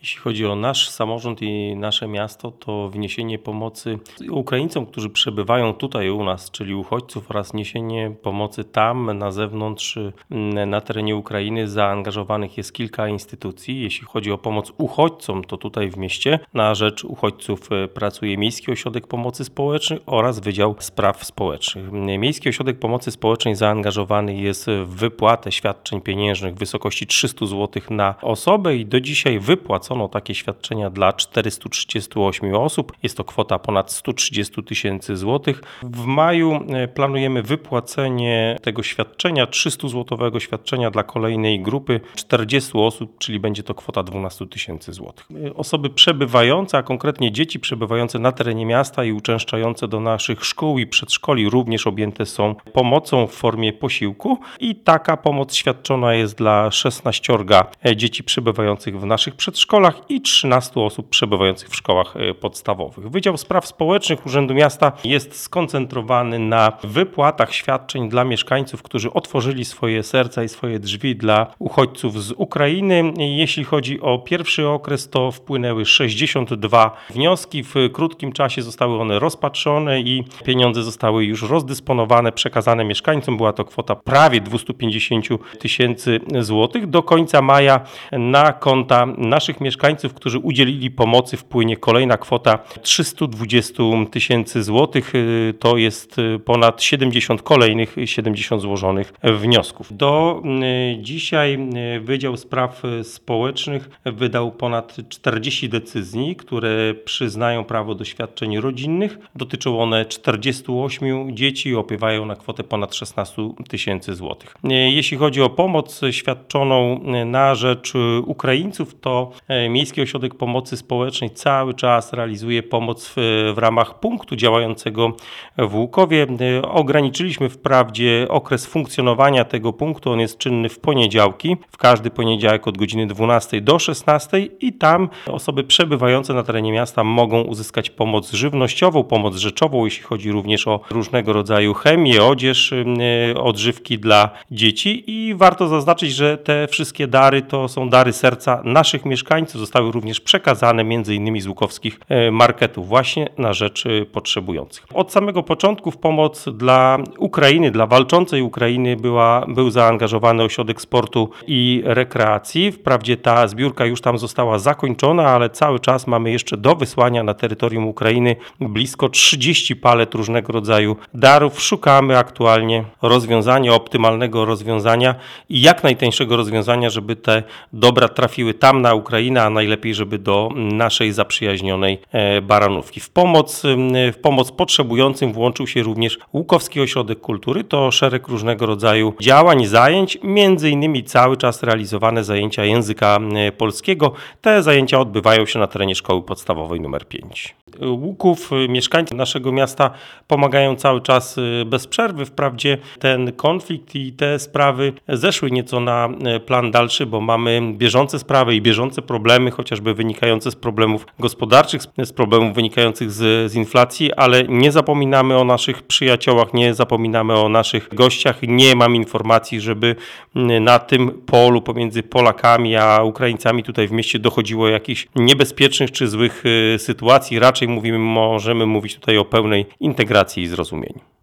Jeśli chodzi o nasz samorząd i nasze miasto, to wniesienie pomocy Ukraińcom, którzy przebywają tutaj u nas, czyli uchodźców, oraz niesienie pomocy tam, na zewnątrz, na terenie Ukrainy, zaangażowanych jest kilka instytucji. Jeśli chodzi o pomoc uchodźcom, to tutaj w mieście na rzecz uchodźców pracuje Miejski Ośrodek Pomocy Społecznej oraz Wydział Spraw Społecznych. Miejski Ośrodek Pomocy Społecznej zaangażowany jest w wypłatę świadczeń pieniężnych w wysokości 300 zł na osobę i do dzisiaj wypłacono takie świadczenia dla 438 osób. Jest to kwota ponad 130 tysięcy złotych. W maju planujemy wypłacenie tego świadczenia, 300-złotowego świadczenia dla kolejnej grupy 40 osób, czyli będzie to kwota 12 tysięcy złotych. Osoby przebywające, a konkretnie dzieci przebywające na terenie miasta i uczęszczające do naszych szkół i przedszkoli również objęte są pomocą w formie posiłku i taka pomoc świadczona jest dla 16 dzieci przebywających w naszych przedszkolach i 13 osób przebywających w szkołach podstawowych. Wydział Spraw Społecznych Urzędu Miasta jest skoncentrowany na wypłatach świadczeń dla mieszkańców, którzy otworzyli swoje serca i swoje drzwi dla uchodźców z Ukrainy. Jeśli chodzi o pierwszy okres, to wpłynęły 62 wnioski. W krótkim czasie zostały one rozpatrzone i pieniądze zostały już rozdysponowane, przekazane mieszkańcom. Była to kwota prawie 250 tysięcy złotych. Do końca maja na konta naszych mieszkańców, którzy udzielili pomocy, wpłynie kolejna kwota 320 tysięcy złotych. To jest ponad 70 złożonych wniosków. Do dzisiaj Wydział Spraw Społecznych wydał ponad 40 decyzji, które przyznają prawo do świadczeń rodzinnych. Dotyczą one 48 dzieci i opiewają na kwotę ponad 16 tysięcy złotych. Jeśli chodzi o pomoc świadczoną na rzecz Ukraińców, to Miejski Ośrodek Pomocy Społecznej cały czas realizuje pomoc w ramach punktu działającego w Łukowie. Ograniczyliśmy wprawdzie okres funkcjonowania tego punktu. On jest czynny w poniedziałki, w każdy poniedziałek od godziny 12 do 16 i tam osoby przebywające na terenie miasta mogą uzyskać pomoc żywnościową, pomoc rzeczową, jeśli chodzi również o różnego rodzaju chemię, odzież, odżywki dla dzieci i warto zaznaczyć, że te wszystkie dary to są dary serca naszych mieszkańców. Zostały również przekazane m.in. z łukowskich marketów właśnie na rzecz potrzebujących. Od samego początku w pomoc dla Ukrainy, dla walczącej Ukrainy był zaangażowany Ośrodek Sportu i Rekreacji. Wprawdzie ta zbiórka już tam została zakończona, ale cały czas mamy jeszcze do wysłania na terytorium Ukrainy blisko 30 palet różnego rodzaju darów. Szukamy aktualnie optymalnego rozwiązania i jak najtańszego rozwiązania, żeby te dobra trafiły tam na Ukrainę, a najlepiej, żeby do naszej zaprzyjaźnionej Baranówki. W pomoc potrzebującym włączył się również Łukowski Ośrodek Kultury. To szereg różnego rodzaju działań i zajęć, między innymi cały czas realizowane zajęcia języka polskiego. Te zajęcia odbywają się na terenie szkoły podstawowej nr 5. Łuków, mieszkańcy naszego miasta pomagają cały czas bez przerwy. Wprawdzie ten konflikt i te sprawy zeszły nieco na plan dalszy, bo mamy bieżące sprawy i bieżące problemy, chociażby wynikające z problemów gospodarczych, z problemów wynikających z inflacji, ale nie zapominamy o naszych przyjaciołach, nie zapominamy o naszych gościach. Nie mam informacji, żeby na tym polu pomiędzy Polakami a Ukraińcami tutaj w mieście dochodziło jakichś niebezpiecznych czy złych sytuacji. Raczej możemy mówić tutaj o pełnej integracji i zrozumieniu.